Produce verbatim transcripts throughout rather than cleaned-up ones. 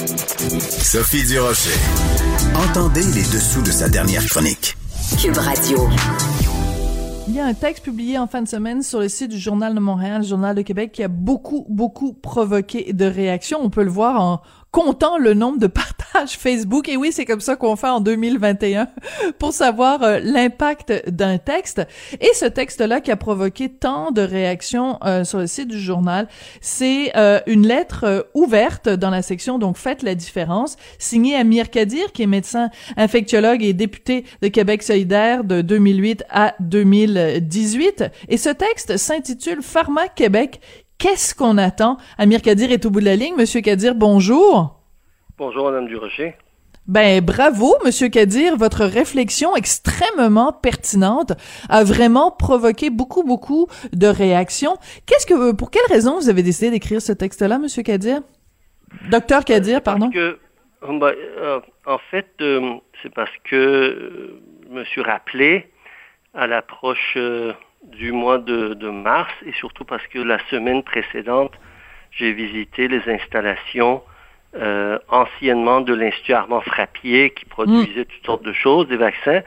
Sophie Durocher. Entendez les dessous de sa dernière chronique. Cube Radio. Il y a un texte publié en fin de semaine sur le site du Journal de Montréal, le Journal de Québec, qui a beaucoup, beaucoup provoqué de réactions. On peut le voir en comptant le nombre de partages Facebook. Et oui, c'est comme ça qu'on fait en deux mille vingt et un pour savoir euh, l'impact d'un texte. Et ce texte-là qui a provoqué tant de réactions euh, sur le site du journal, c'est euh, une lettre euh, ouverte dans la section, donc faites la différence, signée Amir Kadir, qui est médecin infectiologue et député de Québec solidaire de deux mille huit à deux mille dix-huit. Et ce texte s'intitule Pharma Québec. Qu'est-ce qu'on attend? Amir Kadir est au bout de la ligne. Monsieur Kadir, bonjour. Bonjour, Madame Durocher. Ben, bravo, Monsieur Kadir. Votre réflexion extrêmement pertinente a vraiment provoqué beaucoup, beaucoup de réactions. Qu'est-ce que, pour quelle raison vous avez décidé d'écrire ce texte-là, Monsieur Kadir? Docteur Kadir, pardon. Parce que, ben, euh, en fait, euh, c'est parce que euh, je me suis rappelé à l'approche euh, du mois de, de mars, et surtout parce que la semaine précédente, j'ai visité les installations euh, anciennement de l'Institut Armand-Frappier qui produisait mmh. toutes sortes de choses, des vaccins.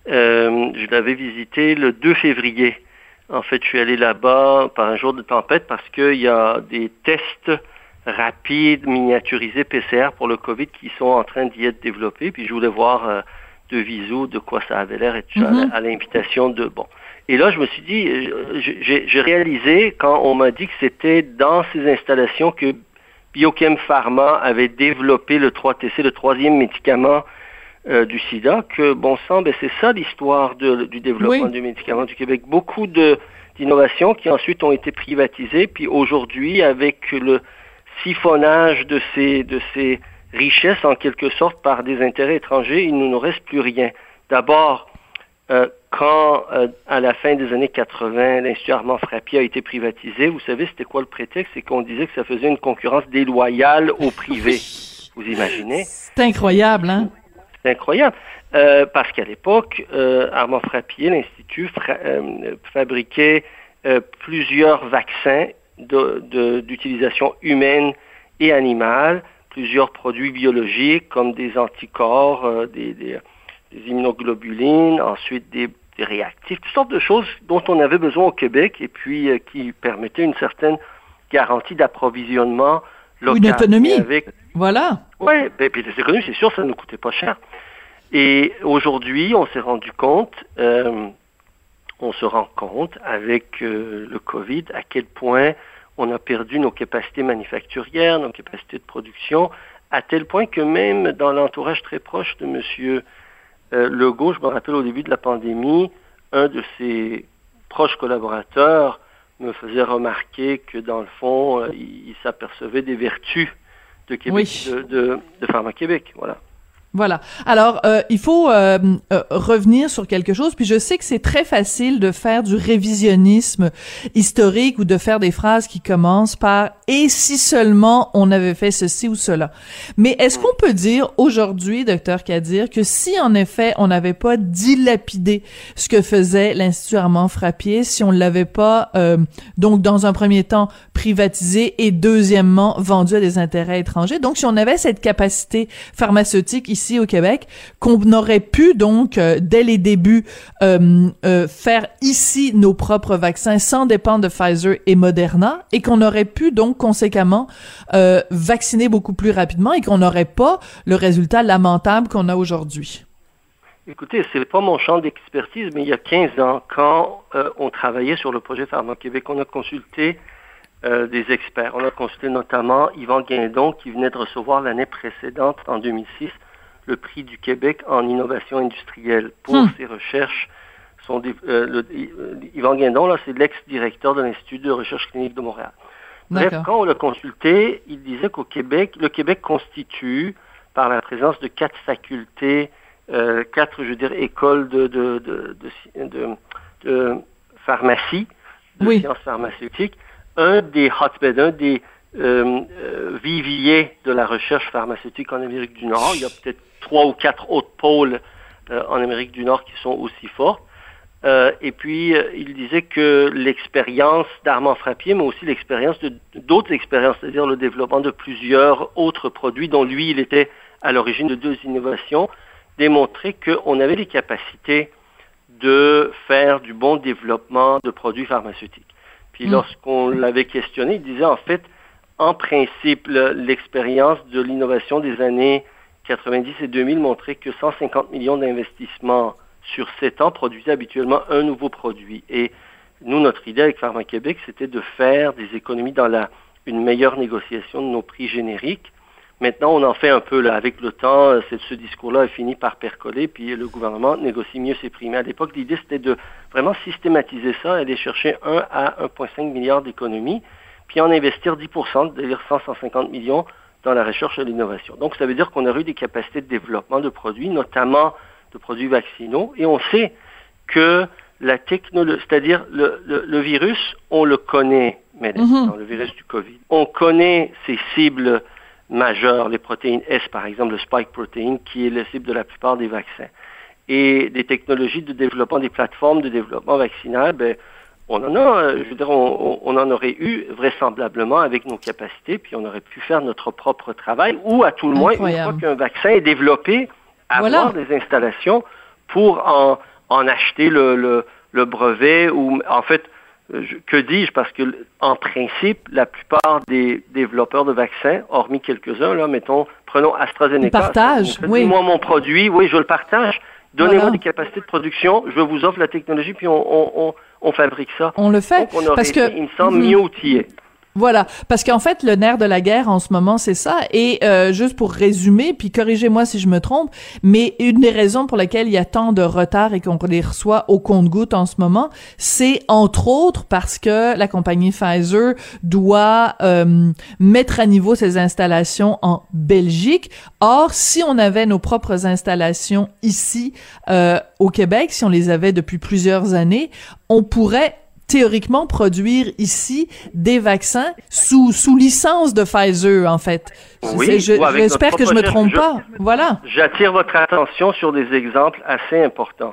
Euh, je l'avais visité le deux février. En fait, je suis allé là-bas par un jour de tempête parce qu'il y a des tests rapides, miniaturisés P C R pour le COVID qui sont en train d'y être développés. Puis je voulais voir euh, de visu de quoi ça avait l'air et tout ça, mmh. à, à l'invitation de... bon. Et là, je me suis dit, j'ai, j'ai réalisé quand on m'a dit que c'était dans ces installations que Biochem Pharma avait développé le trois T C, le troisième médicament euh, du sida, que bon sang, ben c'est ça l'histoire de, du développement oui. du médicament du Québec. Beaucoup de, d'innovations qui ensuite ont été privatisées, puis aujourd'hui, avec le siphonnage de ces, de ces richesses, en quelque sorte, par des intérêts étrangers, il ne nous reste plus rien. D'abord, euh, quand, euh, à la fin des années quatre-vingts, l'Institut Armand-Frappier a été privatisé, vous savez, c'était quoi le prétexte? C'est qu'on disait que ça faisait une concurrence déloyale au privé. Vous imaginez? C'est incroyable, hein? C'est incroyable. Euh, parce qu'à l'époque, euh, Armand-Frappier, l'Institut, fra- euh, fabriquait euh, plusieurs vaccins de, de, d'utilisation humaine et animale, plusieurs produits biologiques comme des anticorps, euh, des, des, des immunoglobulines, ensuite des des réactifs, toutes sortes de choses dont on avait besoin au Québec et puis euh, qui permettaient une certaine garantie d'approvisionnement local. Une autonomie, avec... voilà. Oui, ben, puis les économies, c'est sûr, ça ne nous coûtait pas cher. Et aujourd'hui, on s'est rendu compte, euh, on se rend compte avec euh, le COVID à quel point on a perdu nos capacités manufacturières, nos capacités de production, à tel point que même dans l'entourage très proche de Monsieur Euh, Legault, je me rappelle au début de la pandémie, un de ses proches collaborateurs me faisait remarquer que dans le fond, euh, il, il s'apercevait des vertus de Québec, oui. de, de, de Pharma Québec, voilà. Voilà. Alors, euh, il faut euh, euh, revenir sur quelque chose, puis je sais que c'est très facile de faire du révisionnisme historique ou de faire des phrases qui commencent par « et si seulement on avait fait ceci ou cela ». Mais est-ce qu'on peut dire aujourd'hui, docteur Kadir, que si en effet on n'avait pas dilapidé ce que faisait l'Institut Armand-Frappier, si on l'avait pas, euh, donc dans un premier temps, privatisé et deuxièmement vendu à des intérêts étrangers, donc si on avait cette capacité pharmaceutique ici au Québec, qu'on aurait pu donc, euh, dès les débuts, euh, euh, faire ici nos propres vaccins sans dépendre de Pfizer et Moderna, et qu'on aurait pu donc conséquemment euh, vacciner beaucoup plus rapidement et qu'on n'aurait pas le résultat lamentable qu'on a aujourd'hui. Écoutez, c'est pas mon champ d'expertise, mais il y a quinze ans, quand euh, on travaillait sur le projet Pharma Québec, on a consulté euh, des experts. On a consulté notamment Yvan Guindon, qui venait de recevoir l'année précédente, en deux mille six, le prix du Québec en innovation industrielle pour hum. ses recherches. Son, euh, le, euh, Yvan Guindon, là, c'est l'ex-directeur de l'Institut de recherche clinique de Montréal. Bref, D'accord. quand on l'a consulté, il disait qu'au Québec, le Québec constitue, par la présence de quatre facultés, euh, quatre, je veux dire, écoles de, de, de, de, de, de pharmacie, de oui. sciences pharmaceutiques, un des hotbeds, un des euh, euh, viviers de la recherche pharmaceutique en Amérique du Nord. Il y a peut-être trois ou quatre autres pôles euh, en Amérique du Nord qui sont aussi forts. Euh, et puis, euh, il disait que l'expérience d'Armand Frappier, mais aussi l'expérience de, d'autres expériences, c'est-à-dire le développement de plusieurs autres produits dont lui, il était à l'origine de deux innovations, démontrait qu'on avait les capacités de faire du bon développement de produits pharmaceutiques. Puis mmh. lorsqu'on l'avait questionné, il disait en fait, en principe, le, l'expérience de l'innovation des années quatre-vingt-dix et deux mille montrait que cent cinquante millions d'investissements sur sept ans produisaient habituellement un nouveau produit. Et nous, notre idée avec Pharma-Québec, c'était de faire des économies dans la, une meilleure négociation de nos prix génériques. Maintenant, on en fait un peu là. Avec le temps, ce discours-là a fini par percoler, puis le gouvernement négocie mieux ses prix. Mais à l'époque, l'idée, c'était de vraiment systématiser ça, aller chercher un à un virgule cinq milliard d'économies, puis en investir dix pour cent, c'est-à-dire cent à cent cinquante millions dans la recherche et l'innovation. Donc, ça veut dire qu'on aurait eu des capacités de développement de produits, notamment de produits vaccinaux, et on sait que la technologie, c'est-à-dire le, le, le virus, on le connaît, mais mm-hmm. le virus du COVID. On connaît ses cibles majeures, les protéines S, par exemple, le spike protein, qui est la cible de la plupart des vaccins. Et des technologies de développement, des plateformes de développement vaccinal, ben, on en a, je veux dire, on, on en aurait eu vraisemblablement avec nos capacités, puis on aurait pu faire notre propre travail, ou à tout le moins, une fois qu'un vaccin est développé, avoir voilà. des installations pour en, en acheter le, le, le brevet, ou en fait, je, que dis-je, parce que en principe, la plupart des développeurs de vaccins, hormis quelques-uns, là, mettons, prenons AstraZeneca. Partage, oui. Moi, mon produit, oui, je le partage. Donnez-moi voilà. des capacités de production, je vous offre la technologie, puis on, on, on, on fabrique ça. On le fait. Donc, on aurait parce été, que, il me semble, mmh. mieux outillé. Voilà, parce qu'en fait, le nerf de la guerre en ce moment, c'est ça. Et euh, juste pour résumer, puis corrigez-moi si je me trompe, mais une des raisons pour lesquelles il y a tant de retard et qu'on les reçoit au compte-gouttes en ce moment, c'est entre autres parce que la compagnie Pfizer doit euh, mettre à niveau ses installations en Belgique. Or, si on avait nos propres installations ici euh, au Québec, si on les avait depuis plusieurs années, on pourrait théoriquement produire ici des vaccins sous sous licence de Pfizer, en fait. Oui, je, j'espère que je me trompe je, pas. Voilà. J'attire votre attention sur des exemples assez importants.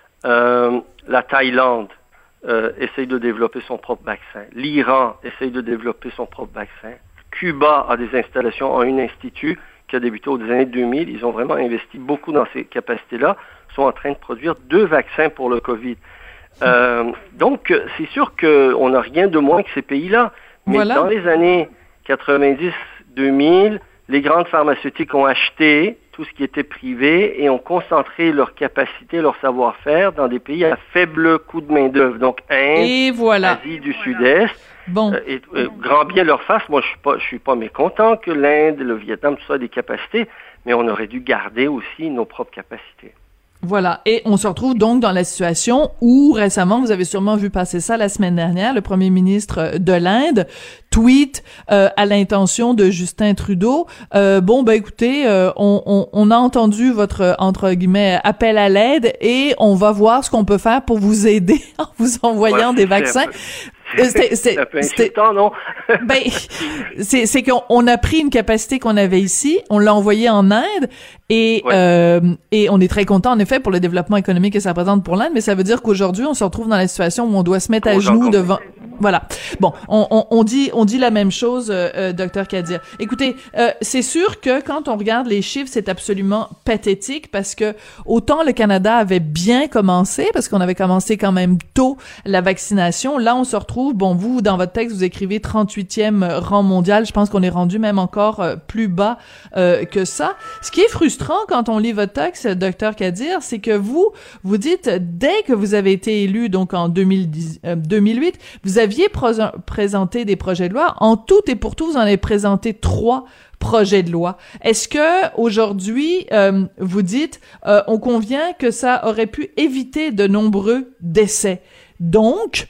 Euh, la Thaïlande euh, essaye de développer son propre vaccin. L'Iran essaye de développer son propre vaccin. Cuba a des installations en un institut qui a débuté aux années deux mille. Ils ont vraiment investi beaucoup dans ces capacités-là. Ils sont en train de produire deux vaccins pour le COVID. Euh, donc, c'est sûr qu'on n'a rien de moins que ces pays-là. Mais voilà. Dans les années quatre-vingt-dix deux mille, les grandes pharmaceutiques ont acheté tout ce qui était privé et ont concentré leur capacité, leur savoir-faire dans des pays à faible coût de main-d'œuvre. Donc, Inde, et voilà. Asie du Sud-Est. Bon. Euh, et, euh, grand bien leur face. Moi, je suis pas, je suis pas mécontent que l'Inde, le Vietnam, tout ça, a des capacités, mais on aurait dû garder aussi nos propres capacités. Voilà. Et on se retrouve donc dans la situation où récemment, vous avez sûrement vu passer ça la semaine dernière, le premier ministre de l'Inde tweet euh, à l'intention de Justin Trudeau, euh, bon, ben écoutez, euh, on, on, on a entendu votre, entre guillemets, appel à l'aide et on va voir ce qu'on peut faire pour vous aider en vous envoyant ouais, des vaccins. C'est, c'est, un peu insultant, non? ben, c'est, c'est qu'on on a pris une capacité qu'on avait ici, on l'a envoyée en Inde, et ouais. euh, et on est très content en effet pour le développement économique que ça représente pour l'Inde, mais ça veut dire qu'aujourd'hui on se retrouve dans la situation où on doit se mettre à genoux devant. Voilà. Bon, on, on, on dit on dit la même chose, euh, euh, docteur Kadir. Écoutez, euh, c'est sûr que quand on regarde les chiffres, c'est absolument pathétique parce que autant le Canada avait bien commencé, parce qu'on avait commencé quand même tôt la vaccination, là on se retrouve, bon, vous dans votre texte vous écrivez trente-huitième rang mondial, je pense qu'on est rendu même encore euh, plus bas euh, que ça. Ce qui est frustrant quand on lit votre texte, docteur Kadir, c'est que vous vous dites dès que vous avez été élu donc en deux mille dix, euh, deux mille huit, vous avez aviez pro- présenté des projets de loi. En tout et pour tout, vous en avez présenté trois projets de loi. Est-ce que aujourd'hui, euh, vous dites, euh, on convient que ça aurait pu éviter de nombreux décès. Donc,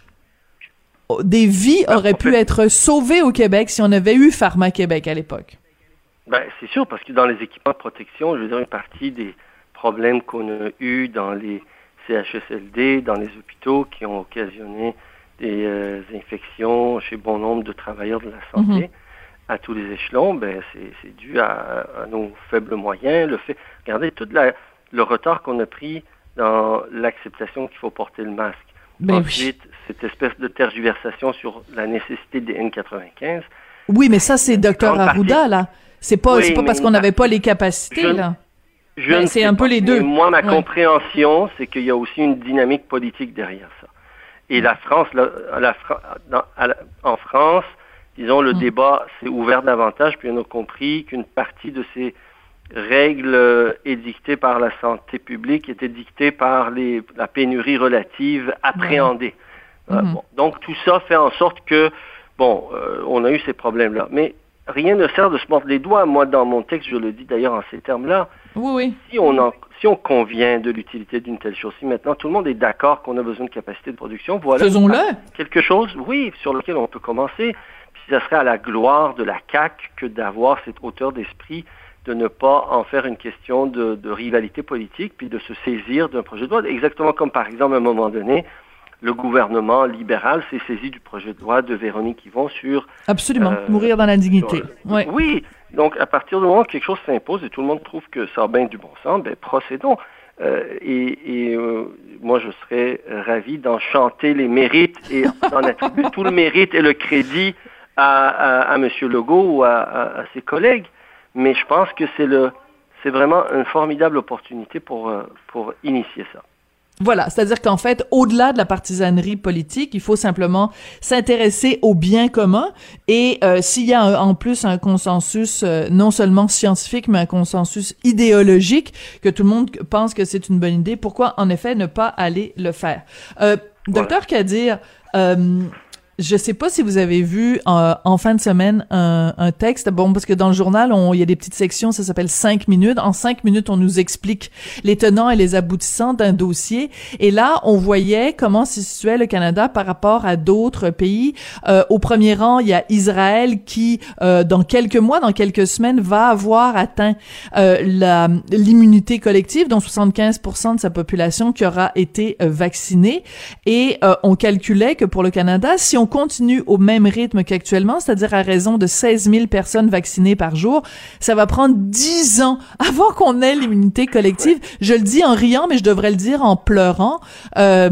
des vies ben, auraient pu fait... être sauvées au Québec si on avait eu Pharma-Québec à l'époque. Ben, c'est sûr, parce que dans les équipements de protection, je veux dire, une partie des problèmes qu'on a eus dans les C H S L D, dans les hôpitaux, qui ont occasionné des euh, infections chez bon nombre de travailleurs de la santé, mm-hmm. à tous les échelons, ben c'est, c'est dû à, à nos faibles moyens. Le fait, regardez tout la, le retard qu'on a pris dans l'acceptation qu'il faut porter le masque. Ben Ensuite, oui. cette espèce de tergiversation sur la nécessité des N quatre-vingt-quinze. Oui, mais ça, c'est docteur Arruda, partie... là. C'est pas, oui, c'est pas parce qu'on n'avait pas les capacités, je, là. Je ben, ne c'est sais un pas. peu les deux. Mais moi, ma ouais. compréhension, c'est qu'il y a aussi une dynamique politique derrière ça. Et la France, la, la, dans, la, en France, disons, le mmh. débat s'est ouvert davantage, puis on a compris qu'une partie de ces règles édictées par la santé publique étaient dictées par les, la pénurie relative appréhendée. Ouais. Euh, mmh. bon, donc, tout ça fait en sorte que, bon, euh, on a eu ces problèmes-là. Mais rien ne sert de se mordre les doigts. Moi, dans mon texte, je le dis d'ailleurs en ces termes-là. Oui, oui. Si on, en, si on convient de l'utilité d'une telle chose, si maintenant tout le monde est d'accord qu'on a besoin de capacité de production, voilà. Faisons-le. Quelque chose, oui, sur lequel on peut commencer. Puis ça serait à la gloire de la C A Q que d'avoir cette hauteur d'esprit de ne pas en faire une question de, de rivalité politique, puis de se saisir d'un projet de loi. Exactement comme, par exemple, à un moment donné, le gouvernement libéral s'est saisi du projet de loi de Véronique Yvon sur... Absolument, euh, mourir dans la dignité. Sur, ouais. Oui, donc à partir du moment où quelque chose s'impose et tout le monde trouve que ça a bien du bon sens, ben procédons. Euh, et et euh, moi, je serais ravi d'en chanter les mérites et d'en attribuer tout le mérite et le crédit à, à, à M. Legault ou à, à, à ses collègues. Mais je pense que c'est le, c'est vraiment une formidable opportunité pour, pour initier ça. Voilà, c'est-à-dire qu'en fait, au-delà de la partisanerie politique, il faut simplement s'intéresser au bien commun et euh, s'il y a un, en plus un consensus euh, non seulement scientifique, mais un consensus idéologique, que tout le monde pense que c'est une bonne idée, pourquoi en effet ne pas aller le faire? Euh, voilà. Docteur Kadir, euh, je sais pas si vous avez vu euh, en fin de semaine un, un texte, bon, parce que dans le journal, on, il y a des petites sections, ça s'appelle cinq minutes. En cinq minutes, on nous explique les tenants et les aboutissants d'un dossier. Et là, on voyait comment se situait le Canada par rapport à d'autres pays. Euh, au premier rang, il y a Israël qui, euh, dans quelques mois, dans quelques semaines, va avoir atteint euh, la, l'immunité collective, dont soixante-quinze pour cent de sa population qui aura été euh, vaccinée. Et euh, on calculait que pour le Canada, si on On continue au même rythme qu'actuellement, c'est-à-dire à raison de seize mille personnes vaccinées par jour, ça va prendre dix ans avant qu'on ait l'immunité collective. Je le dis en riant, mais je devrais le dire en pleurant. Euh,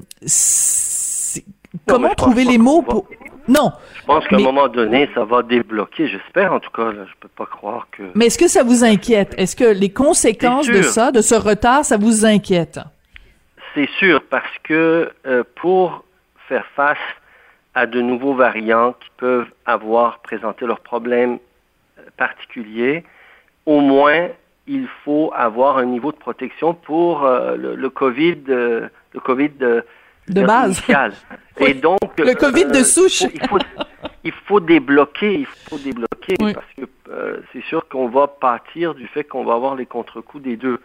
comment trouver les mots pour... Non. Je pense qu'à mais... un moment donné, ça va débloquer. J'espère, en tout cas. Là, je peux pas croire que... Mais est-ce que ça vous inquiète? Est-ce que les conséquences de ça, de ce retard, ça vous inquiète? C'est sûr, parce que euh, pour faire face à de nouveaux variants qui peuvent avoir présenté leurs problèmes particuliers, au moins, il faut avoir un niveau de protection pour euh, le, le COVID, euh, le COVID de, de base. Initial. Oui. Et donc, le COVID euh, de souche. Il faut, il faut, il faut débloquer, il faut débloquer, oui. parce que euh, c'est sûr qu'on va pâtir du fait qu'on va avoir les contre-coups des deux.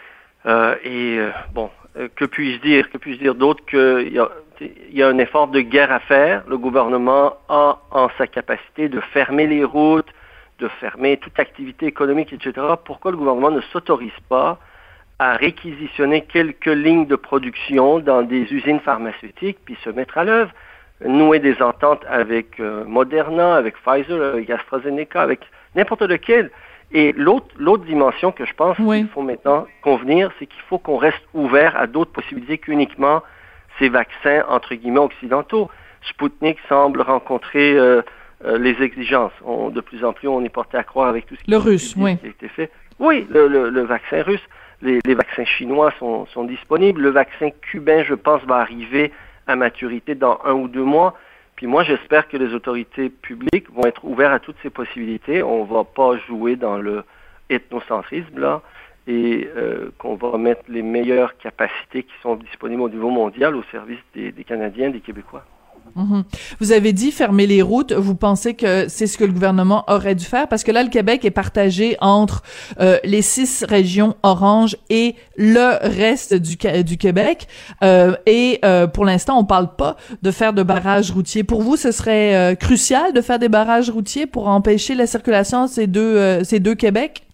Euh, et euh, bon, euh, que puis-je dire? Que puis-je dire d'autre qu'il y a, il y a un effort de guerre à faire. Le gouvernement a en sa capacité de fermer les routes, de fermer toute activité économique, et cetera. Pourquoi le gouvernement ne s'autorise pas à réquisitionner quelques lignes de production dans des usines pharmaceutiques, puis se mettre à l'œuvre, nouer des ententes avec euh, Moderna, avec Pfizer, avec AstraZeneca, avec n'importe lequel. Et l'autre, l'autre dimension que je pense oui. qu'il faut maintenant convenir, c'est qu'il faut qu'on reste ouvert à d'autres possibilités qu'uniquement ces vaccins, entre guillemets, occidentaux. Sputnik semble rencontrer euh, euh, les exigences. On, de plus en plus, on est porté à croire avec tout ce qui, le russe, oui. qui a été fait. Oui, le, le, le vaccin russe. Les, les vaccins chinois sont, sont disponibles. Le vaccin cubain, je pense, va arriver à maturité dans un ou deux mois. Puis moi, j'espère que les autorités publiques vont être ouvertes à toutes ces possibilités. On ne va pas jouer dans le ethnocentrisme, là, et euh, qu'on va mettre les meilleures capacités qui sont disponibles au niveau mondial au service des, des Canadiens, des Québécois. Mm-hmm. Vous avez dit fermer les routes. Vous pensez que c'est ce que le gouvernement aurait dû faire? Parce que là, le Québec est partagé entre euh, les six régions oranges et le reste du, du Québec. Euh, et euh, pour l'instant, on parle pas de faire de barrages routiers. Pour vous, ce serait euh, crucial de faire des barrages routiers pour empêcher la circulation de ces deux, euh, ces deux Québec?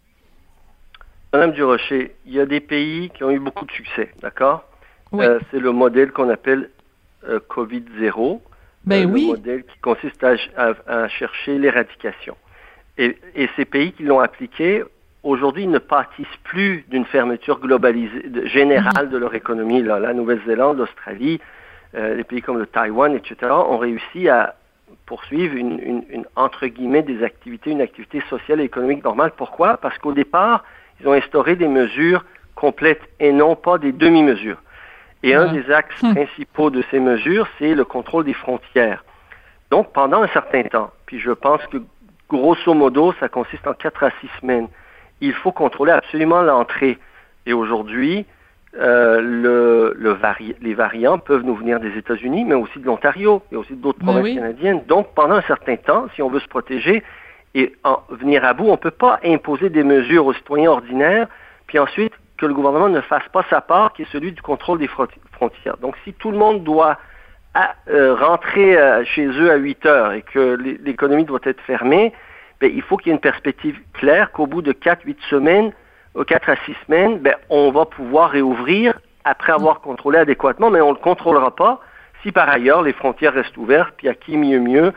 Madame Durocher, il y a des pays qui ont eu beaucoup de succès, d'accord? Oui. Euh, c'est le modèle qu'on appelle euh, COVID zéro. Ben euh, oui. Le modèle qui consiste à, à, à chercher l'éradication. Et, et ces pays qui l'ont appliqué aujourd'hui, ils ne pâtissent plus d'une fermeture globalisée, de, générale mmh. de leur économie. Là. La Nouvelle-Zélande, l'Australie, euh, les pays comme le Taïwan, et cetera, ont réussi à poursuivre une, une, une, entre guillemets, des activités, une activité sociale et économique normale. Pourquoi? Parce qu'au départ, ils ont instauré des mesures complètes et non pas des demi-mesures. Et mmh. un des axes mmh. principaux de ces mesures, c'est le contrôle des frontières. Donc, pendant un certain temps, puis je pense que grosso modo, ça consiste en quatre à six semaines, il faut contrôler absolument l'entrée. Et aujourd'hui, euh, le, le vari- les variants peuvent nous venir des États-Unis, mais aussi de l'Ontario, et aussi d'autres provinces oui. canadiennes. Donc, pendant un certain temps, si on veut se protéger et en venir à bout, on ne peut pas imposer des mesures aux citoyens ordinaires, puis ensuite que le gouvernement ne fasse pas sa part, qui est celui du contrôle des frontières. Donc, si tout le monde doit à, euh, rentrer euh, chez eux à huit heures et que l'économie doit être fermée, ben, il faut qu'il y ait une perspective claire qu'au bout de quatre à huit semaines, ou quatre à six semaines, ben, on va pouvoir réouvrir après avoir contrôlé adéquatement, mais on ne le contrôlera pas si par ailleurs les frontières restent ouvertes, puis à qui mieux mieux,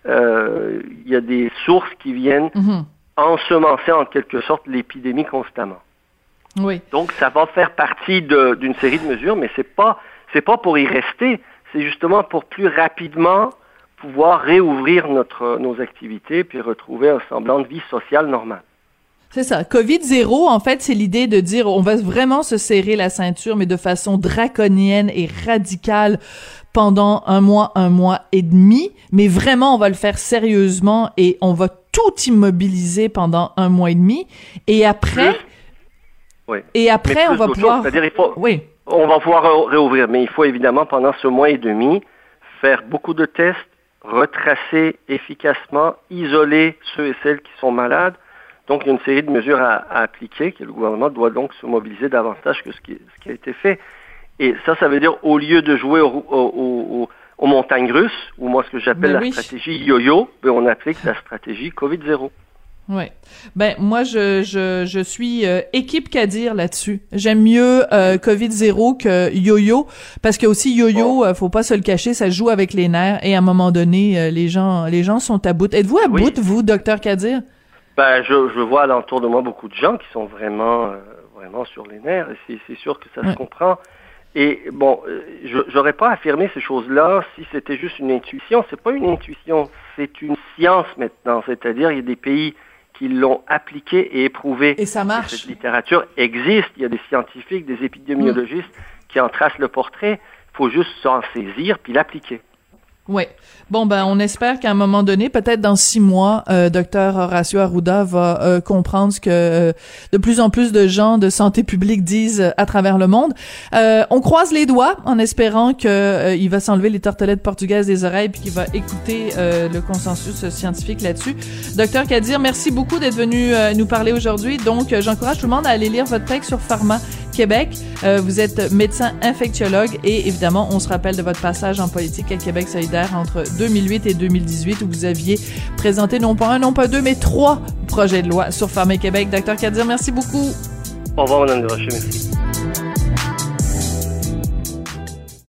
euh, il y a des sources qui viennent mm-hmm. ensemencer en quelque sorte l'épidémie constamment. Oui. Donc ça va faire partie de, d'une série de mesures, mais c'est pas, c'est pas pour y rester. C'est justement pour plus rapidement pouvoir réouvrir notre, nos activités puis retrouver un semblant de vie sociale normale. C'est ça. COVID zéro, en fait, c'est l'idée de dire on va vraiment se serrer la ceinture, mais de façon draconienne et radicale pendant un mois, un mois et demi. Mais vraiment, on va le faire sérieusement et on va tout immobiliser pendant un mois et demi. Et après... Plus, oui. Et après, on va pouvoir... Chose, c'est-à-dire, il faut... Oui. On va pouvoir réouvrir, mais il faut évidemment, pendant ce mois et demi, faire beaucoup de tests, retracer efficacement, isoler ceux et celles qui sont malades. Donc, il y a une série de mesures à, à appliquer, que le gouvernement doit donc se mobiliser davantage que ce qui, ce qui a été fait. Et ça, ça veut dire, au lieu de jouer au, au, au, aux montagnes russes, ou moi, ce que j'appelle ben la oui. stratégie yo-yo, ben on applique la stratégie COVID zéro. Ouais. Ben moi je je je suis euh, équipe Kadir là-dessus. J'aime mieux euh, COVID zéro que yo-yo parce que aussi yo-yo, bon. euh, faut pas se le cacher, ça joue avec les nerfs et à un moment donné euh, les gens les gens sont à bout. Êtes-vous à oui. bout vous, docteur Kadir? Ben je je vois alentour de moi beaucoup de gens qui sont vraiment euh, vraiment sur les nerfs et c'est c'est sûr que ça ouais. se comprend. Et bon, euh, je j'aurais pas affirmé ces choses-là si c'était juste une intuition. C'est pas une intuition, c'est une science maintenant. C'est-à-dire il y a des pays qui l'ont appliqué et éprouvé. Et ça marche. Cette littérature existe. Il y a des scientifiques, des épidémiologistes mmh. qui en tracent le portrait. Il faut juste s'en saisir puis l'appliquer. Oui. Bon, ben, on espère qu'à un moment donné, peut-être dans six mois, euh, docteur Horacio Arruda va euh, comprendre ce que euh, de plus en plus de gens de santé publique disent euh, à travers le monde. Euh, on croise les doigts en espérant que euh, il va s'enlever les tartelettes portugaises des oreilles puis qu'il va écouter euh, le consensus scientifique là-dessus. Docteur Kadir, merci beaucoup d'être venu euh, nous parler aujourd'hui. Donc, euh, j'encourage tout le monde à aller lire votre texte sur Pharma Québec. Euh, vous êtes médecin infectiologue et évidemment, on se rappelle de votre passage en politique à Québec solidaire entre deux mille huit et deux mille dix-huit où vous aviez présenté non pas un, non pas deux, mais trois projets de loi sur Pharma Québec. Docteur Kadir, merci beaucoup. Au revoir, Mme Desrochers, merci.